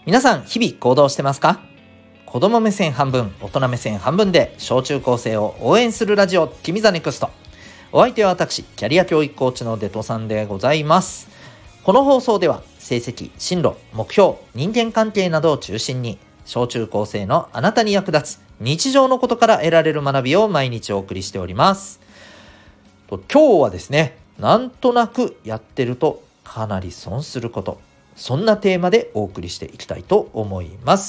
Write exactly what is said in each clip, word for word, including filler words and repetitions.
皆さん日々行動してますか？子供目線半分、大人目線半分で小中高生を応援するラジオ、君ザネクスト。お相手は私、キャリア教育コーチのデトさんでございます。この放送では成績、進路、目標、人間関係などを中心に小中高生のあなたに役立つ日常のことから得られる学びを毎日お送りしております。と今日はですね、なんとなくやってるとかなり損すること、そんなテーマでお送りしていきたいと思います。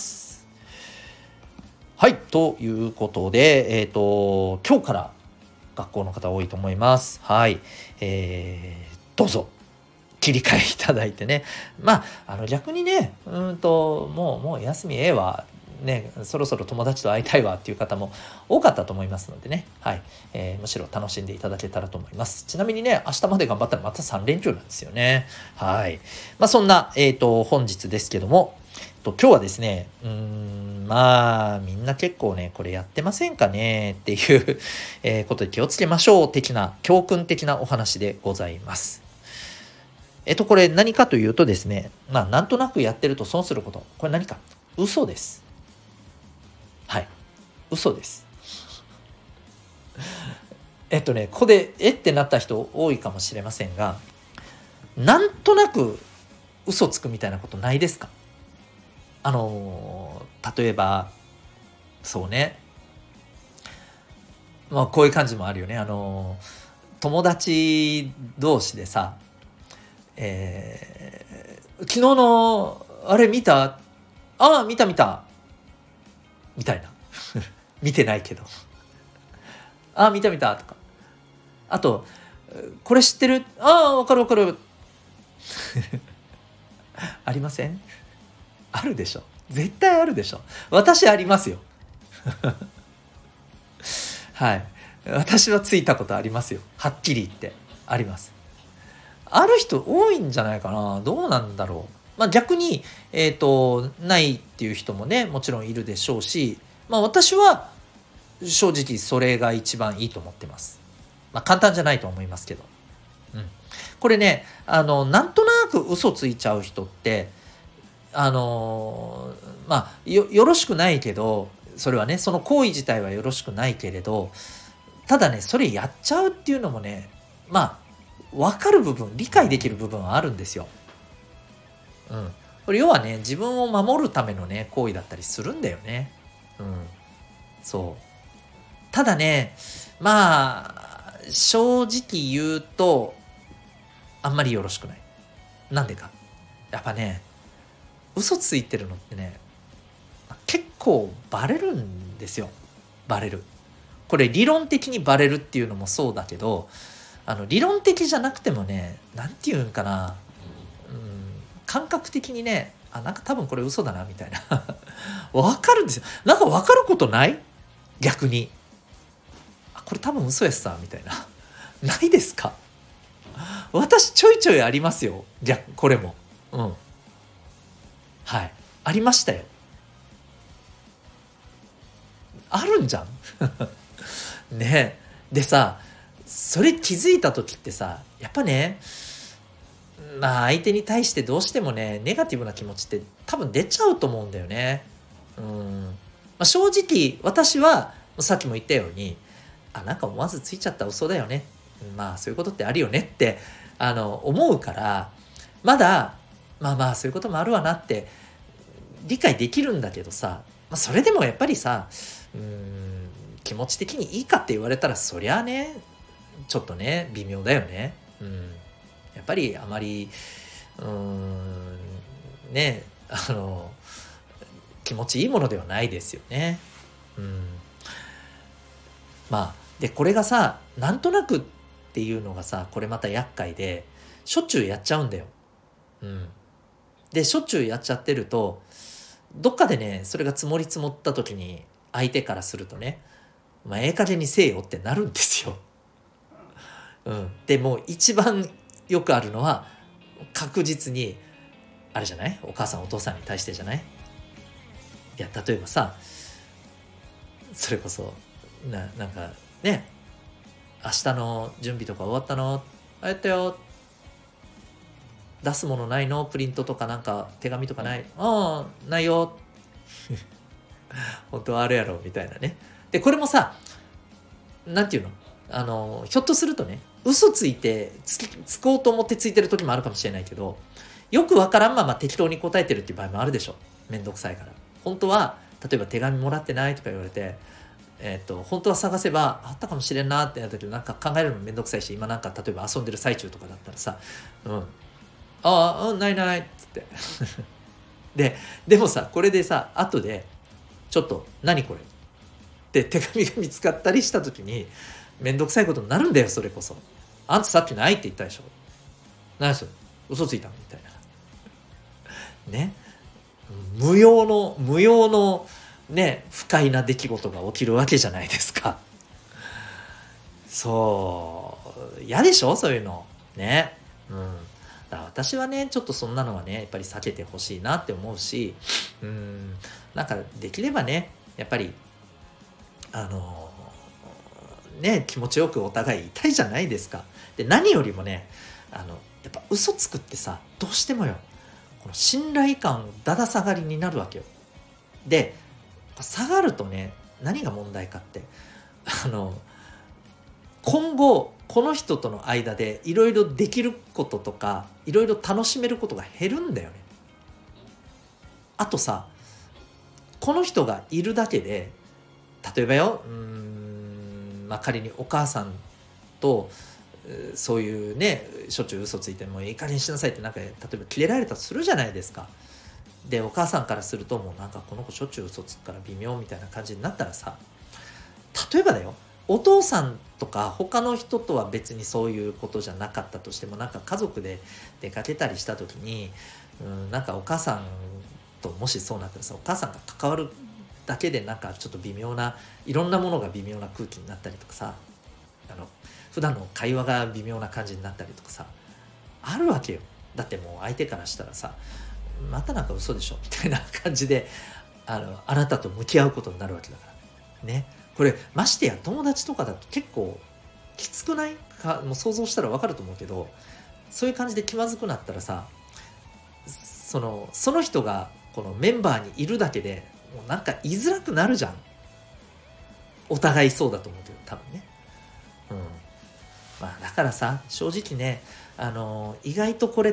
はい、ということで、えっと、今日から学校の方多いと思います。はい、えー、どうぞ切り替えいただいてね。まあ、あの逆にね、うんと、もう、もう休みええわ。ね、そろそろ友達と会いたいわっていう方も多かったと思いますのでね、はいえー、むしろ楽しんでいただけたらと思います。ちなみにね、明日まで頑張ったらまたさん連休なんですよね。はい。まあそんな、えーと、本日ですけども、と今日はですね、うーん、まあみんな結構ね、これやってませんかねっていう、えー、ことで気をつけましょう的な、教訓的なお話でございます。えっと、これ何かというとですね、まあなんとなくやってると損すること。これ何か？嘘です。はい。嘘です。えっとね、ここでえってなった人多いかもしれませんが、なんとなく嘘つくみたいなことないですか？あのー、例えば、そうね。まあこういう感じもあるよね。あのー、友達同士でさ、えー、昨日のあれ見た？ああ、見た見た。みたいな。見てないけど。ああ、見た見たとか。あと、これ知ってる？ああ、わかるわかる。ありません？あるでしょ。絶対あるでしょ。私ありますよ。はい。私はついたことありますよ。はっきり言って。あります。ある人多いんじゃないかな。どうなんだろう。まあ逆に、えっと、ないっていう人もね、もちろんいるでしょうし、まあ私は正直それが一番いいと思ってます。まあ簡単じゃないと思いますけど。うん。これね、あの、なんとなく嘘ついちゃう人って、あのー、まあよ、よろしくないけど、それはね、その行為自体はよろしくないけれど、ただね、それやっちゃうっていうのもね、まあ、わかる部分、理解できる部分はあるんですよ。うん。これ要はね、自分を守るためのね、行為だったりするんだよね。うん。そう。ただね、まあ、正直言うと、あんまりよろしくない。なんでか。やっぱね、嘘ついてるのってね、結構バレるんですよ。バレる。これ理論的にバレるっていうのもそうだけど、あの理論的じゃなくてもね、なんていうんかな、うん、感覚的にね、あ、なんか多分これ嘘だなみたいな。わかるんですよ。なんかわかることない？逆に。あ、これ多分嘘やっさ、みたいな。ないですか？私ちょいちょいありますよ。逆、これも。うん。はい。ありましたよ。あるんじゃん。ねえ。でさ、それ気づいた時ってさ、やっぱね、まあ相手に対してどうしてもね、ネガティブな気持ちって多分出ちゃうと思うんだよね。うん。まあ、正直私はさっきも言ったように、あ、なんか思わずついちゃった嘘だよね。まあそういうことってあるよねってあの思うから、まだまあまあそういうこともあるわなって理解できるんだけどさ、まあ、それでもやっぱりさ、うーん、気持ち的にいいかって言われたらそりゃあね、ちょっとね微妙だよね。うん、やっぱりあまりうーんね、あの気持ちいいものではないですよね。うん、まあでこれがさ、なんとなくっていうのがさ、これまた厄介で、しょっちゅうやっちゃうんだよ。うん、でしょっちゅうやっちゃってると、どっかでねそれが積もり積もった時に相手からするとね、まあええ加減にせえよってなるんですよ。うん、でもう一番よくあるのは、確実にあれじゃない？お母さんお父さんに対してじゃない？いや例えばさ、それこそななんかね、明日の準備とか終わったの？あ、やったよ。 出すものないの？プリントとかなんか手紙とかない？ああ、ないよ。本当はあるやろみたいなね。でこれもさ、なんていうの、あのひょっとするとね、嘘ついてつきつこうと思ってついてる時もあるかもしれないけど、よくわからんまま適当に答えてるっていう場合もあるでしょ。めんどくさいから。本当は例えば手紙もらってないとか言われて、えっと本当は探せばあったかもしれんなってなったけど、なんか考えるのめんどくさいし、今なんか例えば遊んでる最中とかだったらさ、うん、ああ、うん、ないないっつってででもさ、これでさ後でちょっと何これって手紙が見つかったりした時にめんどくさいことになるんだよ。それこそあんたさっきないって言ったでしょ、何それ嘘ついたみたいなね。無用の無用のね、不快な出来事が起きるわけじゃないですか。そう嫌でしょ、そういうのね。うん、だから私はねちょっとそんなのはねやっぱり避けてほしいなって思うし、うん、なんかできればねやっぱりあのね気持ちよくお互いいたいじゃないですか。で何よりもね、あのやっぱ嘘つくってさ、どうしてもよ、この信頼感だだ下がりになるわけよ。で下がるとね、何が問題かって、あの今後この人との間でいろいろできることとかいろいろ楽しめることが減るんだよね。あとさ、この人がいるだけで、例えばよ、うーん、まあ、仮にお母さんとそういうねしょっちゅう嘘ついてもういい加減しなさいってなんか例えばキレられたとするじゃないですか。でお母さんからするともうなんかこの子しょっちゅう嘘つくから微妙みたいな感じになったらさ、例えばだよ、お父さんとか他の人とは別にそういうことじゃなかったとしても、なんか家族で出かけたりした時に、うん、なんかお母さんともしそうなったらさ、お母さんが関わるだけでなんかちょっと微妙な、いろんなものが微妙な空気になったりとかさ、あの普段の会話が微妙な感じになったりとかさ、あるわけよ。だってもう相手からしたらさ、またなんか嘘でしょみたいな感じであのあなたと向き合うことになるわけだからね。これましてや友達とかだと結構きつくないか、もう想像したら分かると思うけど、そういう感じで気まずくなったらさ、そのその人がこのメンバーにいるだけでもうなんか居づらくなるじゃん。お互いそうだと思うけど多分ね。うん、まあだからさ、正直ね、あの意外とこれって、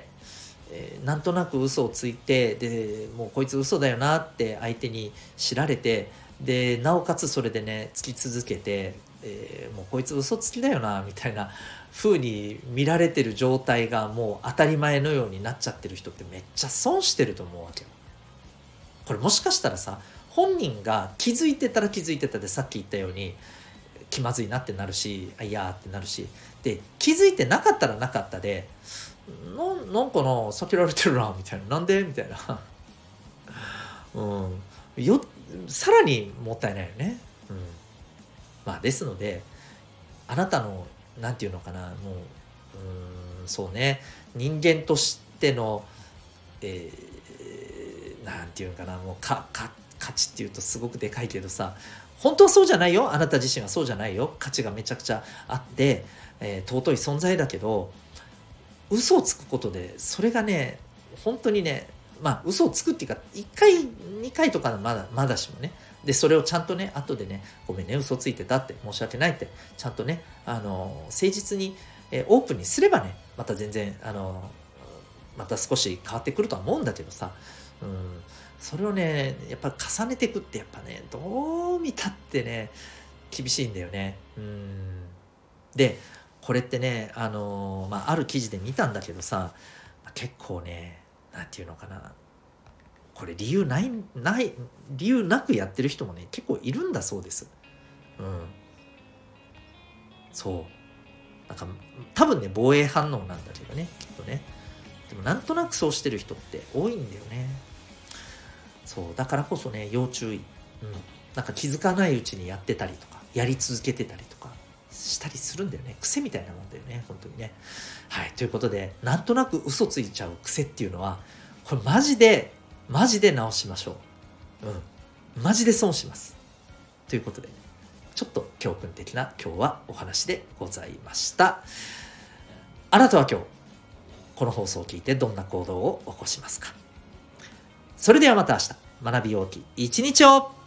えーなんとなく嘘をついて、でもうこいつ嘘だよなって相手に知られて、でなおかつそれでねつき続けて、えーもうこいつ嘘つきだよなみたいな風に見られてる状態がもう当たり前のようになっちゃってる人ってめっちゃ損してると思うわけよ。これもしかしたらさ、本人が気づいてたら気づいてたで、さっき言ったように気まずいなってなるし、あいやーってなるし、で気づいてなかったらなかったで、ななんかな避けられてるなみたいな、なんでみたいなうんよさらにもったいないよね。うん、まあですので、あなたのなんていうのかな、もう、うーんそうね、人間としての、えー、なんていうのかな、もうかか価値っていうとすごくでかいけどさ、本当はそうじゃないよ、あなた自身はそうじゃないよ、価値がめちゃくちゃあって、えー尊い存在だけど、嘘をつくことでそれがね本当にね、まあ嘘をつくっていうかいっかいにかいとかまだまだしもね、でそれをちゃんとね後でね、ごめんね嘘ついてたって、申し訳ないってちゃんとね、あの誠実に、えーオープンにすればね、また全然あのまた少し変わってくるとは思うんだけどさ、うん、それをねやっぱり重ねていくってやっぱねどう見たってね厳しいんだよね。うん、でこれってね、あのーまあ、ある記事で見たんだけどさ、結構ね、なんていうのかな、これ理由ないない理由なくやってる人もね結構いるんだそうです。うん、そうなんか多分ね防衛反応なんだけどね、きっとね。でもなんとなくそうしてる人って多いんだよね。そうだからこそね要注意。うん、なんか気づかないうちにやってたりとかやり続けてたりとかしたりするんだよね。癖みたいなもんだよね、本当にね。はい、ということで、なんとなく嘘ついちゃう癖っていうのは、これマジでマジで直しましょう。うん、マジで損します。ということで、ちょっと教訓的な今日はお話でございました。あなたは今日この放送を聞いてどんな行動を起こしますか。それではまた明日、学びようき一日を。